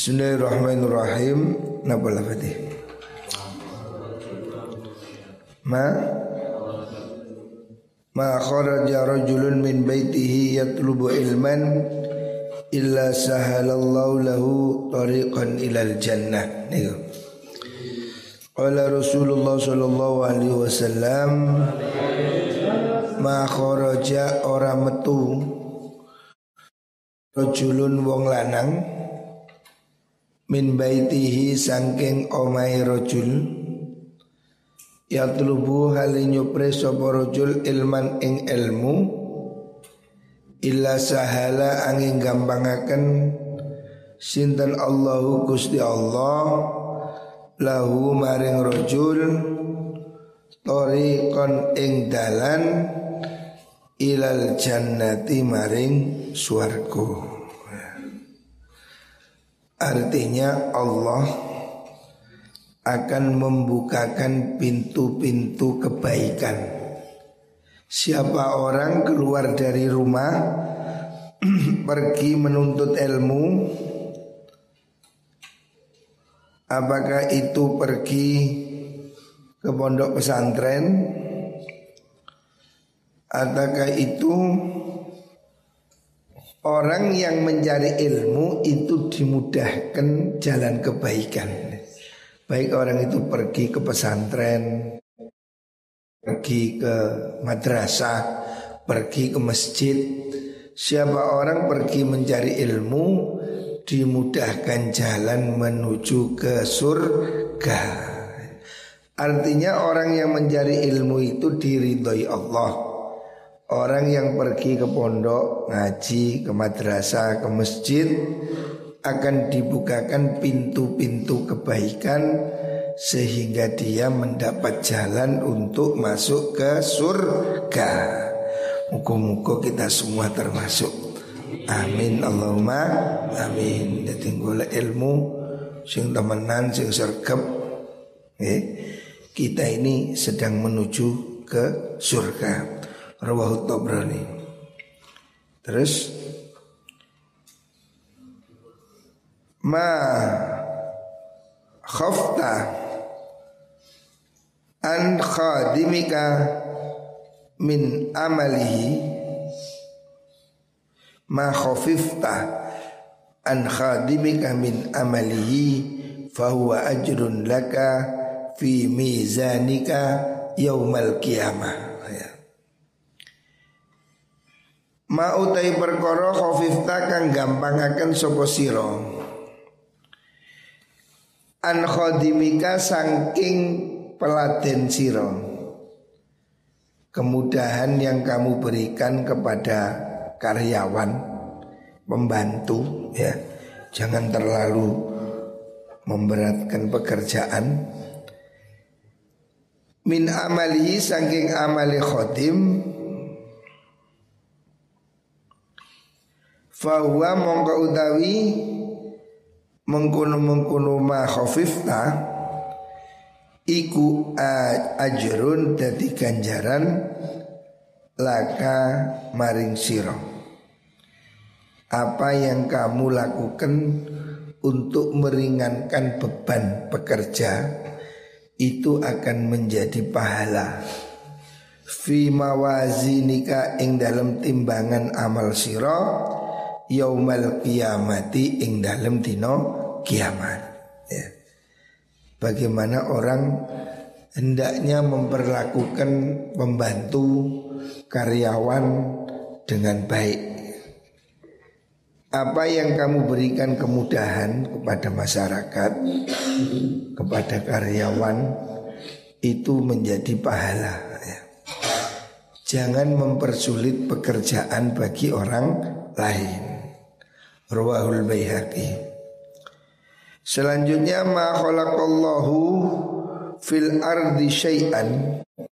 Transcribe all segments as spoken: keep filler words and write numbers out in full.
Bismillahirrahmanirrahim. Napa lafadih? Ma Ma kharaja rajulun min baitihi yatlubu ilman illa sahalallahu lahu tariqan ilal jannah. Niku. Qala Rasulullah sallallahu alaihi wasallam, ma kharaja ora metu rajulun wong lanang min baitihi sangking omai rajul yatlubu hali nyupre sapa rajul ilman ing ilmu illa sahala angin gampangaken sinten Allahu Gusti Allah lahu maring rajul tariqan ing dalan ilal jannati maring swarga. Artinya Allah akan membukakan pintu-pintu kebaikan. Siapa orang keluar dari rumah pergi menuntut ilmu, apakah itu pergi ke pondok pesantren, ataukah itu orang yang mencari ilmu itu dimudahkan jalan kebaikan. Baik orang itu pergi ke pesantren, pergi ke madrasah, pergi ke masjid. Siapa orang pergi mencari ilmu dimudahkan jalan menuju ke surga. Artinya orang yang mencari ilmu itu diridhoi Allah. Orang yang pergi ke pondok, ngaji, ke madrasah, ke masjid akan dibukakan pintu-pintu kebaikan sehingga dia mendapat jalan untuk masuk ke surga. Muka-muka kita semua termasuk. Amin Allahumma amin. Jadi golek ilmu sing temenan, sing sergap. Eh, kita ini sedang menuju ke surga. Rawahu Tabrani. Terus ma khafta an khadimika min amalihi, ma khafifta an khadimika min amalihi fahuwa ajrun laka fi mizanika yaumal qiyamah. Ma utai perkara khafifta kang gampangaken sapa sira an khadimika saking peladen sira, kemudahan yang kamu berikan kepada karyawan, pembantu ya. Jangan terlalu memberatkan pekerjaan. Min amalihi saking amali khadim, fahuwa mongko utawi mengkono-mengkono ma khafifta iku ajrun dadi ganjaran laka maring sira. Apa yang kamu lakukan untuk meringankan beban pekerja itu akan menjadi pahala fi mawazinika ing dalam timbangan amal sira yaumal qiyamati ing dalem dino kiamat ya. Bagaimana orang hendaknya memperlakukan pembantu, karyawan dengan baik. Apa yang kamu berikan kemudahan kepada masyarakat, kepada karyawan, itu menjadi pahala ya. Jangan mempersulit pekerjaan bagi orang lain. Rawahul Baihaqi. Selanjutnya ma khalaqallahu fil ardi syai'an,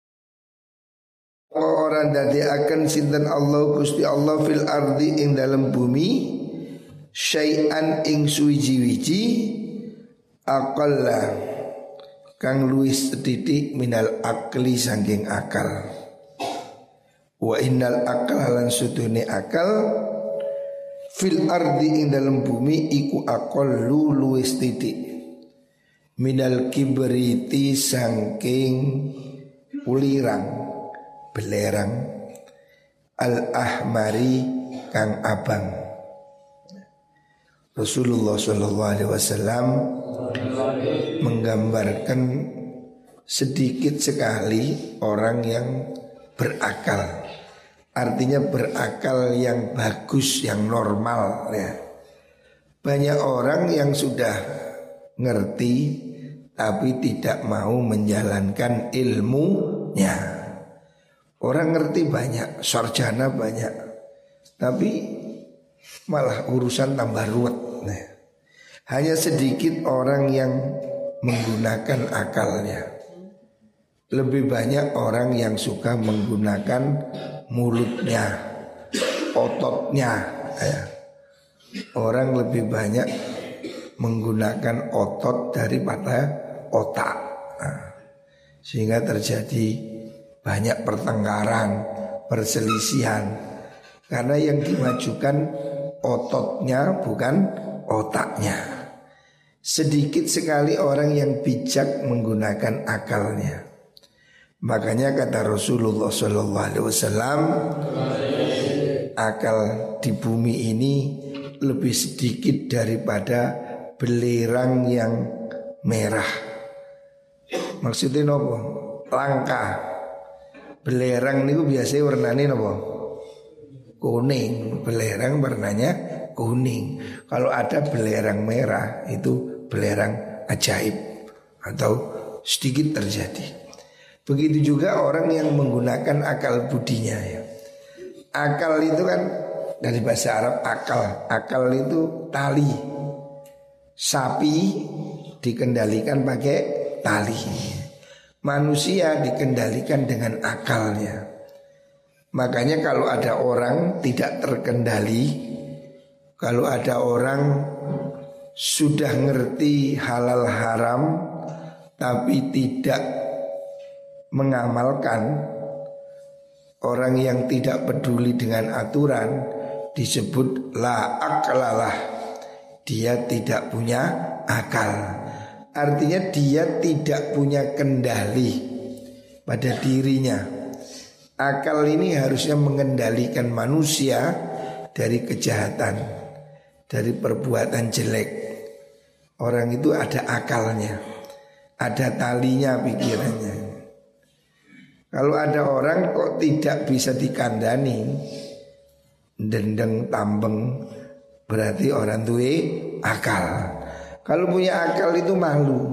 orang dadi akan sinten Allah Gusti Allah fil ardi ing dalam bumi syai'an ing suwiji-wiji aqalla kang luwih sedidik minal akli saking akal. Wa innal aqla lan sudune akal fil ardi ing dalam bumi iku aqallu luwes titik minal kibriti sangking ulirang belerang al ahmari kang abang. Rasulullah Shallallahu Alaihi Wasallam menggambarkan sedikit sekali orang yang berakal. Artinya berakal yang bagus, yang normal ya. Banyak orang yang sudah ngerti tapi tidak mau menjalankan ilmunya. Orang ngerti banyak, sarjana banyak, tapi malah urusan tambah ruwet. Nah, hanya sedikit orang yang menggunakan akalnya. Lebih banyak orang yang suka menggunakan mulutnya, ototnya ya. Orang lebih banyak menggunakan otot daripada otak nah, sehingga terjadi banyak pertengkaran, perselisihan. Karena yang dimajukan ototnya bukan otaknya. Sedikit sekali orang yang bijak menggunakan akalnya. Makanya kata Rasulullah Shallallahu Alaihi Wasallam, akal di bumi ini lebih sedikit daripada belerang yang merah. Maksudnya nopo? Langka. Belerang itu biasanya warnanya nopo? Kuning. Belerang warnanya kuning. Kalau ada belerang merah itu belerang ajaib atau sedikit terjadi. Begitu juga orang yang menggunakan akal budinya ya. Akal itu kan dari bahasa Arab akal. Akal itu tali. Sapi dikendalikan pakai tali. Manusia dikendalikan dengan akalnya. Makanya kalau ada orang tidak terkendali, kalau ada orang sudah ngerti halal haram tapi tidak mengamalkan, orang yang tidak peduli dengan aturan disebut la aklalah. Dia tidak punya akal. Artinya dia tidak punya kendali pada dirinya. Akal ini harusnya mengendalikan manusia dari kejahatan, dari perbuatan jelek. Orang itu ada akalnya, ada talinya pikirannya. Kalau ada orang kok tidak bisa dikandani, dendeng tambeng, berarti orang tuwe akal. Kalau punya akal itu malu.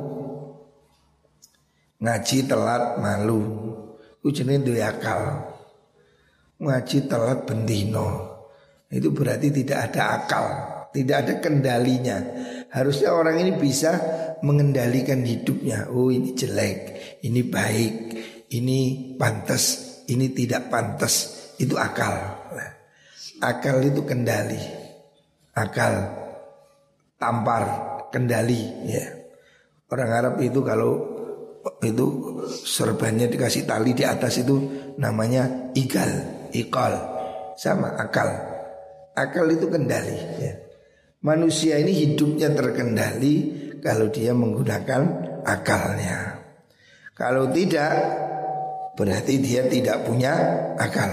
Ngaji telat malu. Itu jenenge duwe akal. Ngaji telat bendino. Itu berarti tidak ada akal, tidak ada kendalinya. Harusnya orang ini bisa mengendalikan hidupnya. Oh ini jelek, ini baik, ini pantas, ini tidak pantas. Itu akal. Nah, akal itu kendali. Akal tampar, kendali ya. Orang Arab itu kalau itu serbannya dikasih tali di atas itu namanya igal, ikal. Sama akal. Akal itu kendali ya. Manusia ini hidupnya terkendali kalau dia menggunakan akalnya. Kalau tidak, berarti dia tidak punya akal.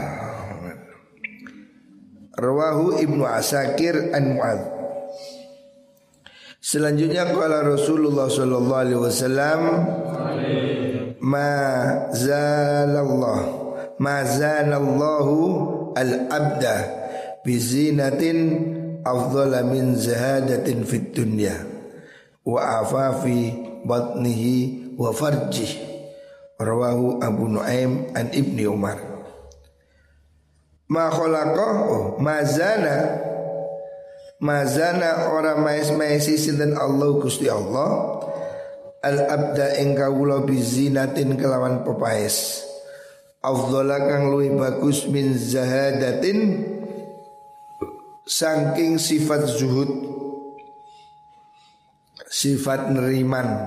Rawahu Ibnu Asakir an Mu'adz. Selanjutnya qala Rasulullah sallallahu alaihi wasallam, ma zalallah ma zalallahu al-abda bi zinatin afdhala min zahadatin fid dunya wa afafi batnihi wa farjih. Rawahu Abu Nuaim an Ibni Umar. Ma khalaqa oh, mazana mazana ora maes-maesi sinten Allah Gusti Allah al abda ing kawula bizinatin kelawan pepaes afdhala kang luwih bagus min zahadatin saking sifat zuhud, sifat neriman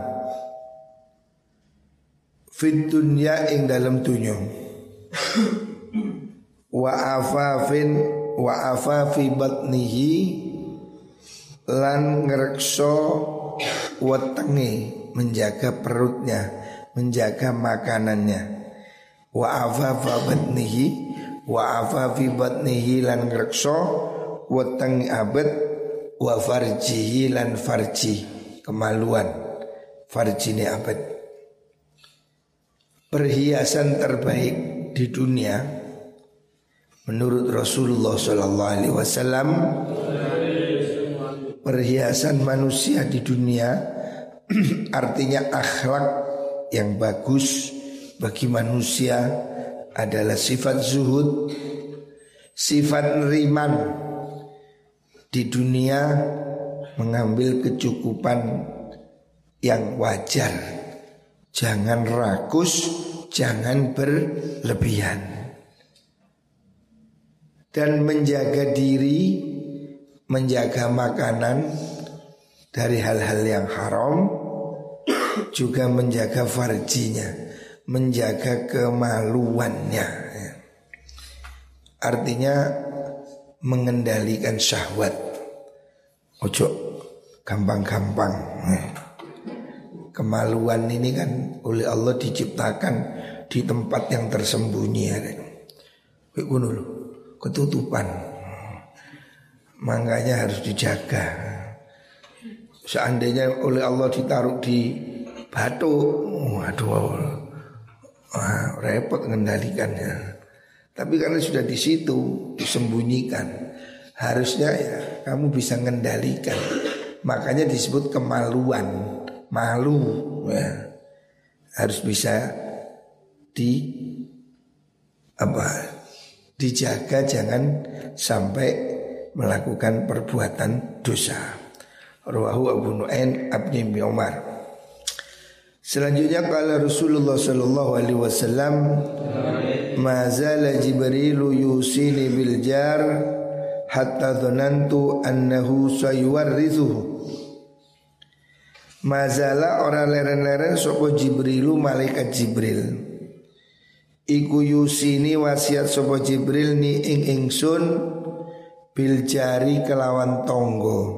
fit dunya ing dalam dunya wa afafin wa afa fi batnihi lan ngrekso wetenge, menjaga perutnya, menjaga makanannya. Wa afa fi batnihi wa afa fi batnihi lan ngrekso weteng abet wa farjihi lan farji, kemaluan farjine abet. Perhiasan terbaik di dunia menurut Rasulullah Sallallahu Alaihi Wasallam, perhiasan manusia di dunia artinya akhlak yang bagus bagi manusia adalah sifat zuhud, sifat neriman di dunia, mengambil kecukupan yang wajar, jangan rakus, jangan berlebihan, dan menjaga diri, menjaga makanan dari hal-hal yang haram, juga menjaga farjinya, menjaga kemaluannya. Artinya mengendalikan syahwat. Ojo gampang-gampang. Kemaluan ini kan oleh Allah diciptakan di tempat yang tersembunyi. Kayak ngono lho, ketutupan. Makanya harus dijaga. Seandainya oleh Allah ditaruh di batu, waduh, wah, repot mengendalikannya. Tapi karena sudah di situ disembunyikan, harusnya ya kamu bisa mengendalikan. Makanya disebut kemaluan, malu ya. Harus bisa di apa? Dijaga, jangan sampai melakukan perbuatan dosa. Rawahu Abu Nu'ain Ibnu Umar. Selanjutnya kala Rasulullah sallallahu alaihi wasallam, ma zala Jibril yusini bil jar hatta dhanantu annahu sayuwarrithuhu. Ma zala ora leren-leren sapa Jibrilu, malaikat Jibril. Iku yusini wasiat sapa Jibril ni ing ingsun bil jari kelawan tonggo.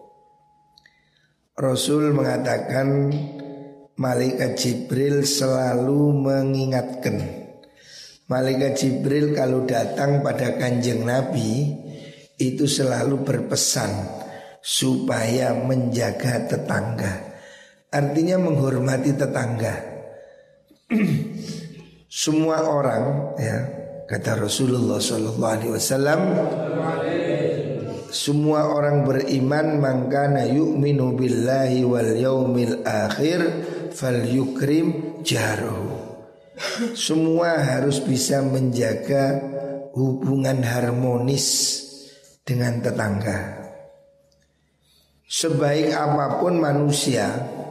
Rasul mengatakan malaikat Jibril selalu mengingatkan. Malaikat Jibril kalau datang pada kanjeng Nabi itu selalu berpesan supaya menjaga tetangga. Artinya menghormati tetangga. Semua orang, ya, kata Rasulullah Sallallahu Alaihi Wasallam, semua orang beriman mangkana yu'minu billahi wal yaumil akhir falyukrim jarahu. Semua harus bisa menjaga hubungan harmonis dengan tetangga. Sebaik apapun manusia,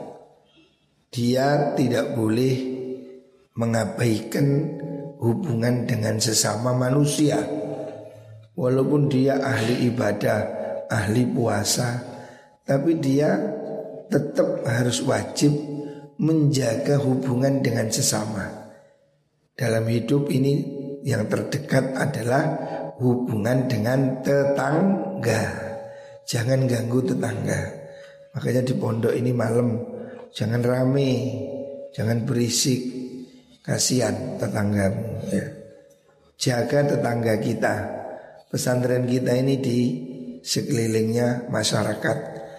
dia tidak boleh mengabaikan hubungan dengan sesama manusia. Walaupun dia ahli ibadah, ahli puasa, tapi dia tetap harus wajib menjaga hubungan dengan sesama. Dalam hidup ini yang terdekat adalah hubungan dengan tetangga. Jangan ganggu tetangga. Makanya di pondok ini malam jangan rame, jangan berisik, kasihan tetanggamu ya. Jaga tetangga kita. Pesantren kita ini di sekelilingnya masyarakat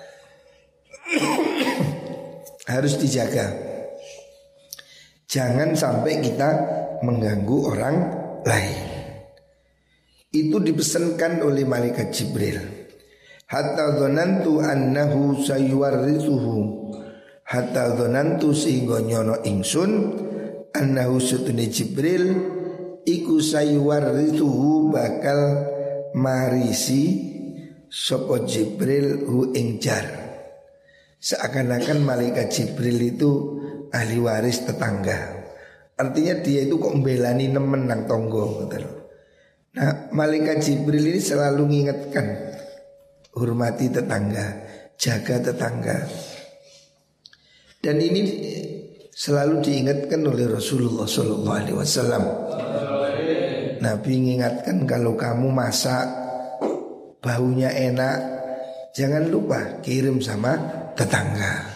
harus dijaga. Jangan sampai kita mengganggu orang lain. Itu dipesankan oleh malaikat Jibril. Hatta dzanantu annahu sayuwarrithuhu. Hatta dzanantu sehingga nyono ingsun annahu sutune Jibril iku sayuwarrithuhu bakal marisi sapa Jibril hu ing jar. Seakan-akan malaikat Jibril itu ahli waris tetangga. Artinya dia itu kok membelani nemen nang tonggo gitu. Nah, malaikat Jibril ini selalu mengingatkan hormati tetangga, jaga tetangga. Dan ini selalu diingatkan oleh Rasulullah Sallallahu Alaihi Wasallam. Nabi mengingatkan kalau kamu masak baunya enak, jangan lupa kirim sama tetangga.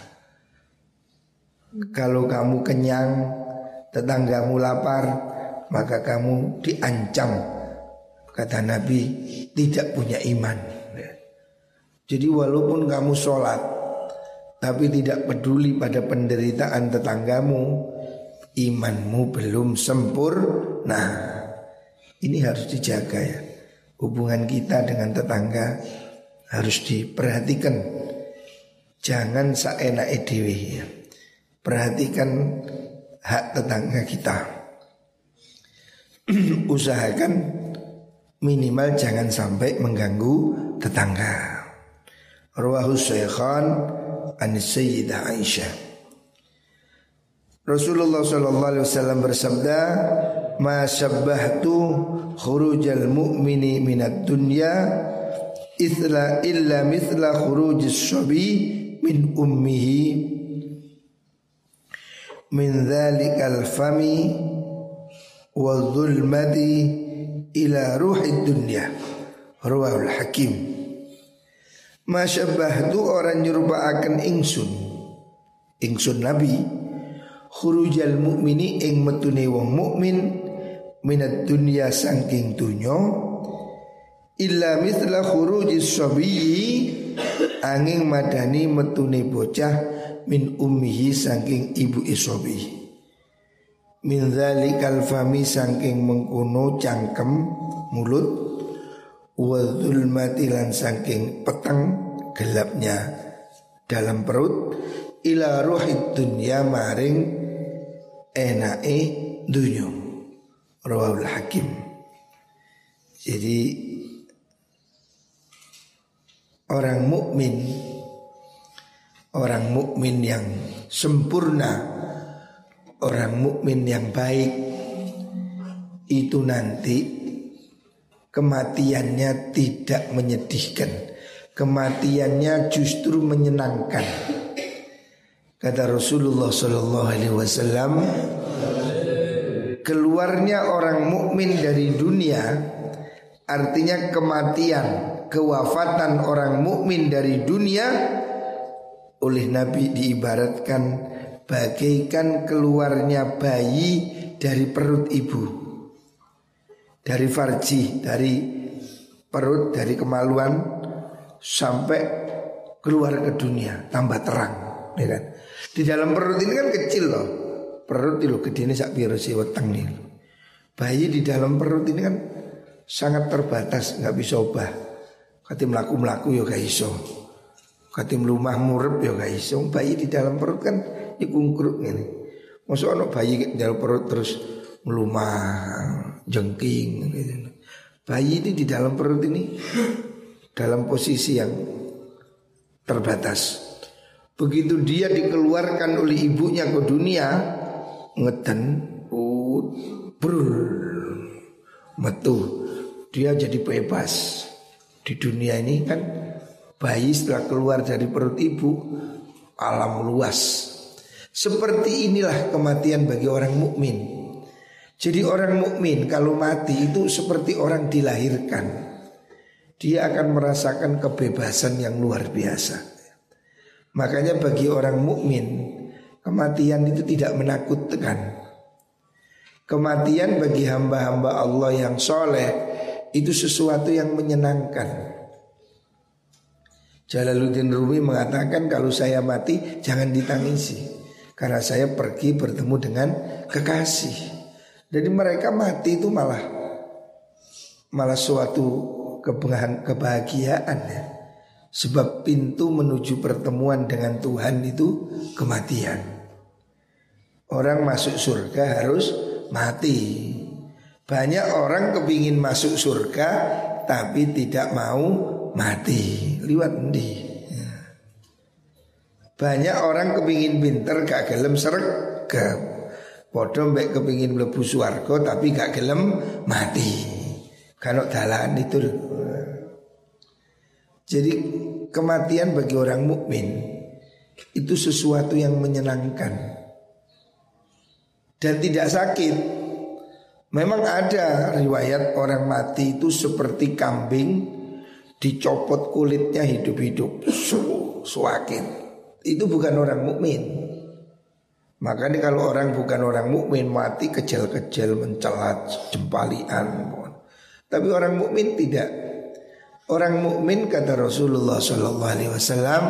Kalau kamu kenyang, tetanggamu lapar, maka kamu diancam, kata Nabi, tidak punya iman. Jadi walaupun kamu sholat tapi tidak peduli pada penderitaan tetanggamu, imanmu belum sempurna. Ini harus dijaga ya. Hubungan kita dengan tetangga harus diperhatikan. Jangan saenake dhewe ya. Perhatikan hak tetangga kita. Usahakan minimal jangan sampai mengganggu tetangga. Rawahu Syaikhan an Sayyidah Aisyah. Rasulullah sallallahu alaihi wasallam bersabda, "Ma syabbahtu khurujal mu'mini minad dunya illa illa mithla khurujis shabi min ummihi min dhalikal fami wa dhulmati ila ruhid dunya." Rawahul Hakim. Ma syabbahtu orang nyerupaaken ingsun ingsun Nabi khurujal mukmini ing metune wong mukmin minad dunya saking dunya illa mithla khurujis sabiyyi angin madani metune bocah min ummihi saking ibu isobi min dzalikal fami saking mengkono cangkem mulut wa dzulmati lan saking peteng gelapnya dalam perut ila ruhid dunya maring enake dunya. Rawahul Hakim. Jadi orang mukmin, orang mukmin yang sempurna, orang mukmin yang baik itu nanti kematiannya tidak menyedihkan, kematiannya justru menyenangkan. Kata Rasulullah sallallahu alaihi wasallam, keluarnya orang mukmin dari dunia artinya kematian, kewafatan orang mukmin dari dunia oleh Nabi diibaratkan bagaikan keluarnya bayi dari perut ibu. Dari farji, dari perut, dari kemaluan sampai keluar ke dunia tambah terang, ya kan? Di dalam perut ini kan kecil loh. Perut itu gede ini sak piro sih weteng nih. Bayi di dalam perut ini kan sangat terbatas, nggak bisa obah. Katim melaku melaku ya gak iso. Katim lumah murep ya gak iso. Bayi di dalam perut kan ikungkruk ini. Masa ono bayi di dalam perut terus melumah jengking gitu. Bayi ini di dalam perut ini dalam posisi yang terbatas. Begitu dia dikeluarkan oleh ibunya ke dunia, ngeden, uh, brul, metu, dia jadi bebas. Di dunia ini kan bayi setelah keluar dari perut ibu, alam luas. Seperti inilah kematian bagi orang mukmin. Jadi orang mukmin kalau mati itu seperti orang dilahirkan. Dia akan merasakan kebebasan yang luar biasa. Makanya bagi orang mukmin kematian itu tidak menakutkan. Kematian bagi hamba-hamba Allah yang soleh itu sesuatu yang menyenangkan. Jalaluddin Rumi mengatakan kalau saya mati jangan ditangisi, karena saya pergi bertemu dengan kekasih. Jadi mereka mati itu malah malah suatu kebahagiaan ya. Sebab pintu menuju pertemuan dengan Tuhan itu kematian. Orang masuk surga harus mati. Banyak orang kepingin masuk surga tapi tidak mau mati. Liwat endi. Banyak orang kepingin pinter gak gelem sregep. Padha mbek kepingin mlebu swarga tapi gak gelem mati. Kanok dalan itu. Jadi kematian bagi orang mukmin itu sesuatu yang menyenangkan dan tidak sakit. Memang ada riwayat orang mati itu seperti kambing dicopot kulitnya hidup-hidup, su, suakin. Itu bukan orang mukmin. Makanya kalau orang bukan orang mukmin mati kejel-kejel, mencelat, jempalian. Tapi orang mukmin tidak. Orang mukmin kata Rasulullah Shallallahu Alaihi Wasallam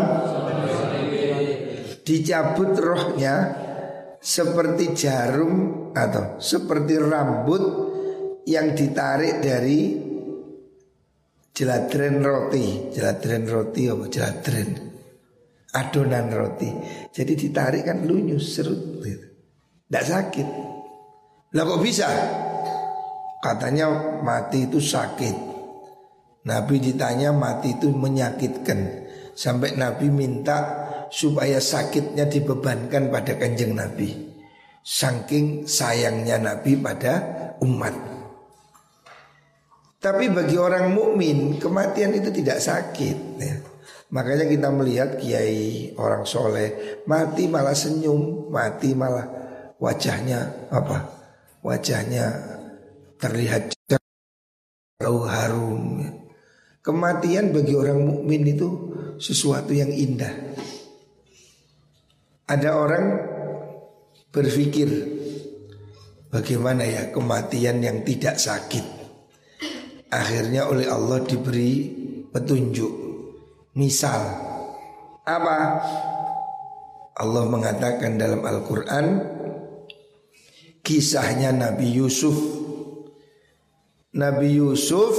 dicabut rohnya seperti jarum atau seperti rambut yang ditarik dari jeladren roti. Jeladren roti apa jeladren? Adonan roti. Jadi ditarik kan lunyus serut gitu. Tidak sakit. Lah kok bisa? Katanya mati itu sakit. Nabi ditanya mati itu menyakitkan. Sampai Nabi minta supaya sakitnya dibebankan pada kanjeng Nabi. Saking sayangnya Nabi pada umat. Tapi bagi orang mukmin kematian itu tidak sakit ya. Makanya kita melihat kiai orang soleh mati malah senyum, mati malah wajahnya apa? Wajahnya terlihat jauh harum. Kematian bagi orang mukmin itu sesuatu yang indah. Ada orang berpikir bagaimana ya kematian yang tidak sakit. Akhirnya oleh Allah diberi petunjuk. Misal apa? Allah mengatakan dalam Al-Quran kisahnya Nabi Yusuf. Nabi Yusuf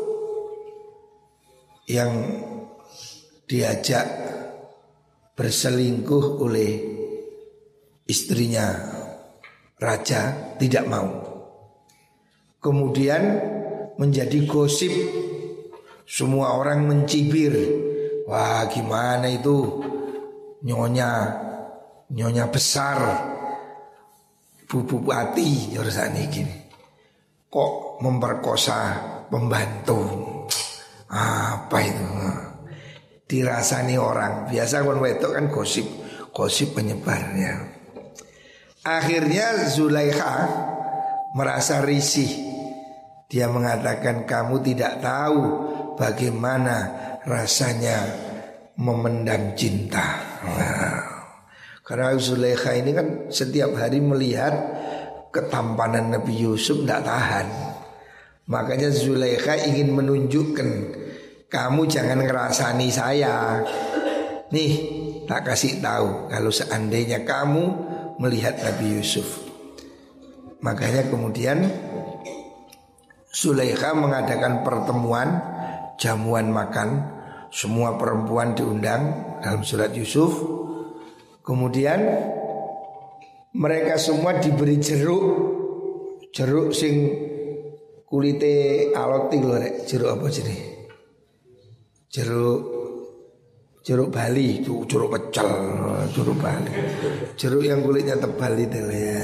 yang diajak berselingkuh oleh istrinya raja tidak mau. Kemudian menjadi gosip, semua orang mencibir. Wah gimana itu nyonya nyonya besar Bu Bupati Yorsani gini kok memperkosa pembantu. Apa itu? Dirasani orang. Biasa kon wedok kan gosip, gosip penyebarnya. Akhirnya Zulaikha merasa risih. Dia mengatakan kamu tidak tahu bagaimana rasanya memendam cinta. Wow. Karena Zulaikha ini kan setiap hari melihat ketampanan Nabi Yusuf tidak tahan. Makanya Zulaikha ingin menunjukkan kamu jangan ngerasani saya. Nih tak kasih tahu kalau seandainya kamu melihat Nabi Yusuf. Makanya kemudian Zulaikha mengadakan pertemuan jamuan makan. Semua perempuan diundang dalam surat Yusuf. Kemudian mereka semua diberi jeruk. Jeruk sing kulite alot iki lho rek. Jeruk apa jenenge? Jeruk jeruk Bali, jeruk pecel, jeruk Bali. Jeruk yang kulitnya tebal itu ya.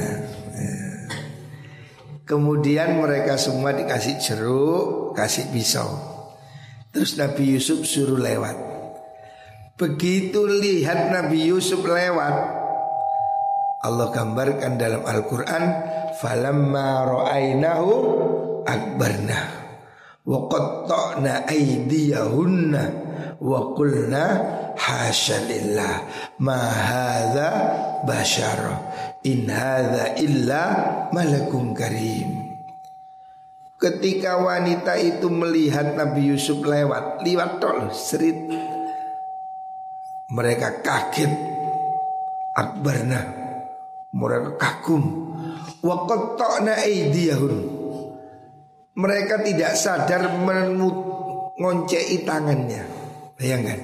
Kemudian mereka semua dikasih jeruk, kasih pisau. Terus Nabi Yusuf suruh lewat. Begitu lihat Nabi Yusuf lewat, Allah gambarkan dalam Al-Quran, falamma ra'ainahu akbarna wa qatta'na aydiyahunna wa qulna hasya lillah ma hadza bashara in hadza illa malakun karim. Ketika wanita itu melihat Nabi Yusuf lewat, liwat tol, serit, mereka kaget, akbarna, mereka kagum, wa qatta'na aydiyahun, mereka tidak sadar mengoncei tangannya. Bayangkan,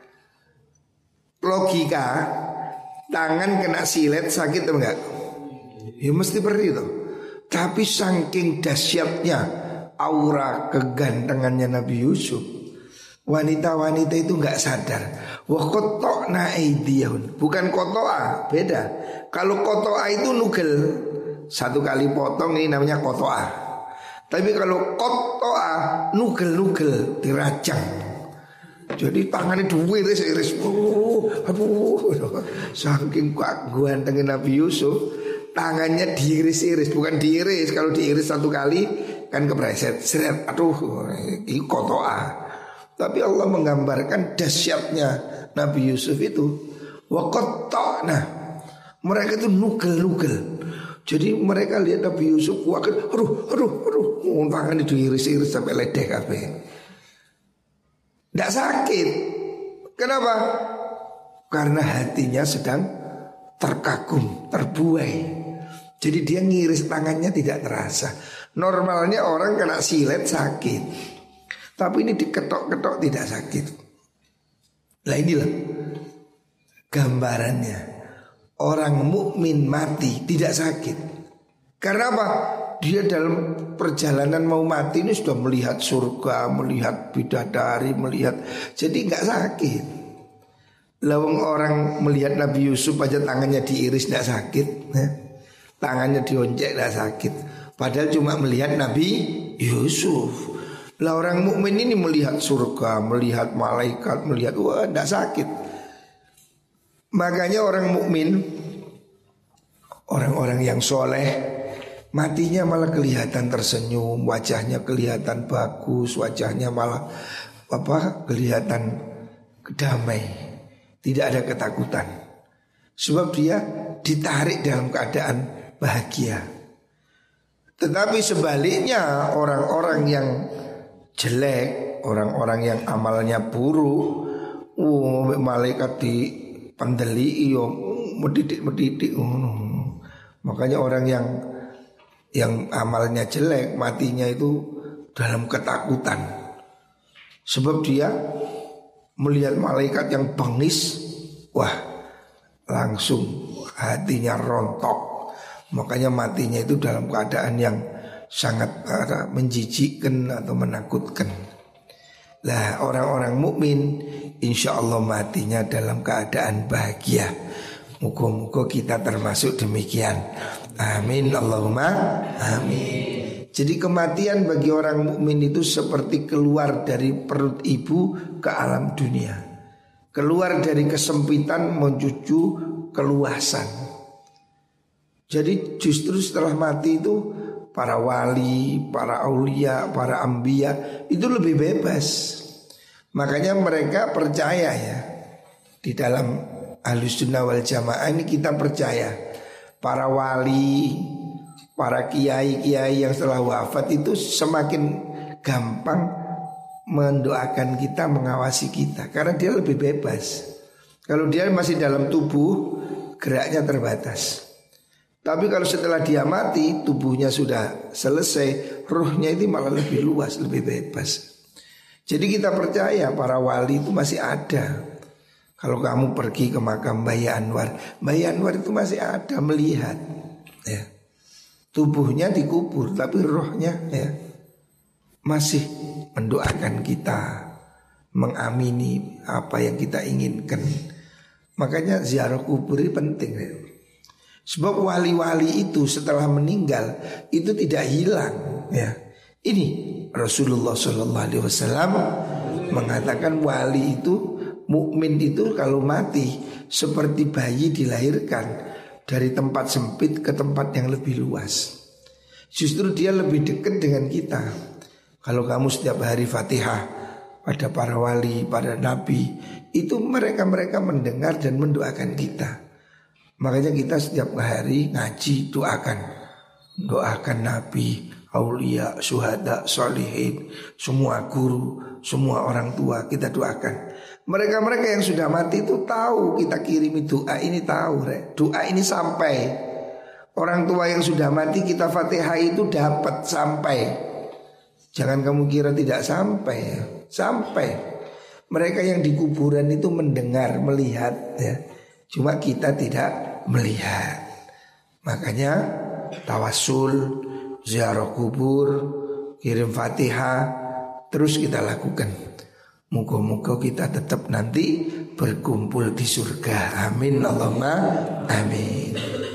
logika, tangan kena silet sakit atau enggak? Ya mesti perih itu. Tapi saking dahsyatnya aura kegantengannya Nabi Yusuf, wanita-wanita itu enggak sadar. Wa qatta'na aydiyahun, bukan kotoa, beda. Kalau kotoa itu nugel, satu kali potong ini namanya kotoa. Tapi kalau kotoa nugel-nugel, dirajang. Jadi tangannya duwe iris-iris. Oh, aduh, saking gantengnya Nabi Yusuf, tangannya diiris-iris, bukan diiris. Kalau diiris satu kali kan kepreset, seret. Aduh, ini kotoa. Tapi Allah menggambarkan dahsyatnya Nabi Yusuf itu. Wa qatta'na, mereka itu nugel-nugel. Jadi mereka lihat Nabi Yusuf kuakan, aduh, aduh, aduh, tangan itu iris-iris sampai ledeh kabeh. Tidak sakit. Kenapa? Karena hatinya sedang terkagum, terbuai. Jadi dia ngiris tangannya tidak terasa. Normalnya orang kena silet sakit, tapi ini diketok-ketok tidak sakit. Nah inilah gambarannya. Orang mukmin mati tidak sakit. Karena apa? Dia dalam perjalanan mau mati ini sudah melihat surga, melihat bidadari, melihat, jadi nggak sakit. Lawang orang melihat Nabi Yusuf aja tangannya diiris tidak sakit, eh? Tangannya dioncek tidak sakit. Padahal cuma melihat Nabi Yusuf. Lah orang mukmin ini melihat surga, melihat malaikat, melihat, wah tidak sakit. Makanya orang mukmin, orang-orang yang soleh, matinya malah kelihatan tersenyum, wajahnya kelihatan bagus, wajahnya malah apa? Kelihatan damai, tidak ada ketakutan. Sebab dia ditarik dalam keadaan bahagia. Tetapi sebaliknya orang-orang yang jelek, orang-orang yang amalnya buruk, oh, malaikat di pandeli iyo medidik-medidik. Oh. Makanya orang yang yang amalnya jelek matinya itu dalam ketakutan. Sebab dia melihat malaikat yang bengis, wah langsung hatinya rontok. Makanya matinya itu dalam keadaan yang sangat uh, menjijikkan atau menakutkan. Lah orang-orang mukmin insya Allah matinya dalam keadaan bahagia. Muka-muka kita termasuk demikian. Amin Allahumma amin. Jadi kematian bagi orang mukmin itu seperti keluar dari perut ibu ke alam dunia. Keluar dari kesempitan menuju keluasan. Jadi justru setelah mati itu para wali, para aulia, para ambia itu lebih bebas. Makanya mereka percaya ya, di dalam Ahlussunnah wal Jamaah ini kita percaya para wali, para kiai-kiai yang setelah wafat itu semakin gampang mendoakan kita, mengawasi kita, karena dia lebih bebas. Kalau dia masih dalam tubuh, geraknya terbatas. Tapi kalau setelah dia mati, tubuhnya sudah selesai, ruhnya itu malah lebih luas, lebih bebas. Jadi kita percaya para wali itu masih ada. Kalau kamu pergi ke makam Bayi Anwar, Bayi Anwar itu masih ada melihat ya. Tubuhnya dikubur tapi rohnya ya masih mendoakan kita, mengamini apa yang kita inginkan. Makanya ziarah kubur ini penting ya. Sebab wali-wali itu setelah meninggal itu tidak hilang ya. Ini Rasulullah shallallahu alaihi wasallam mengatakan wali itu, mukmin itu kalau mati seperti bayi dilahirkan dari tempat sempit ke tempat yang lebih luas. Justru dia lebih dekat dengan kita. Kalau kamu setiap hari Fatihah pada para wali, pada nabi, itu mereka-mereka mendengar dan mendoakan kita. Makanya kita setiap hari ngaji doakan, doakan nabi, aulia, syuhada, solihin, semua guru, semua orang tua kita doakan. Mereka-mereka yang sudah mati itu tahu kita kirimi doa ini, tahu re. Doa ini sampai. Orang tua yang sudah mati kita Fatihah itu dapat sampai. Jangan kamu kira tidak sampai ya. Sampai. Mereka yang di kuburan itu mendengar, melihat ya. Cuma kita tidak melihat. Makanya tawassul, ziarah kubur, kirim Fatihah terus kita lakukan. Moga-moga kita tetap nanti berkumpul di surga. Amin Allahumma amin.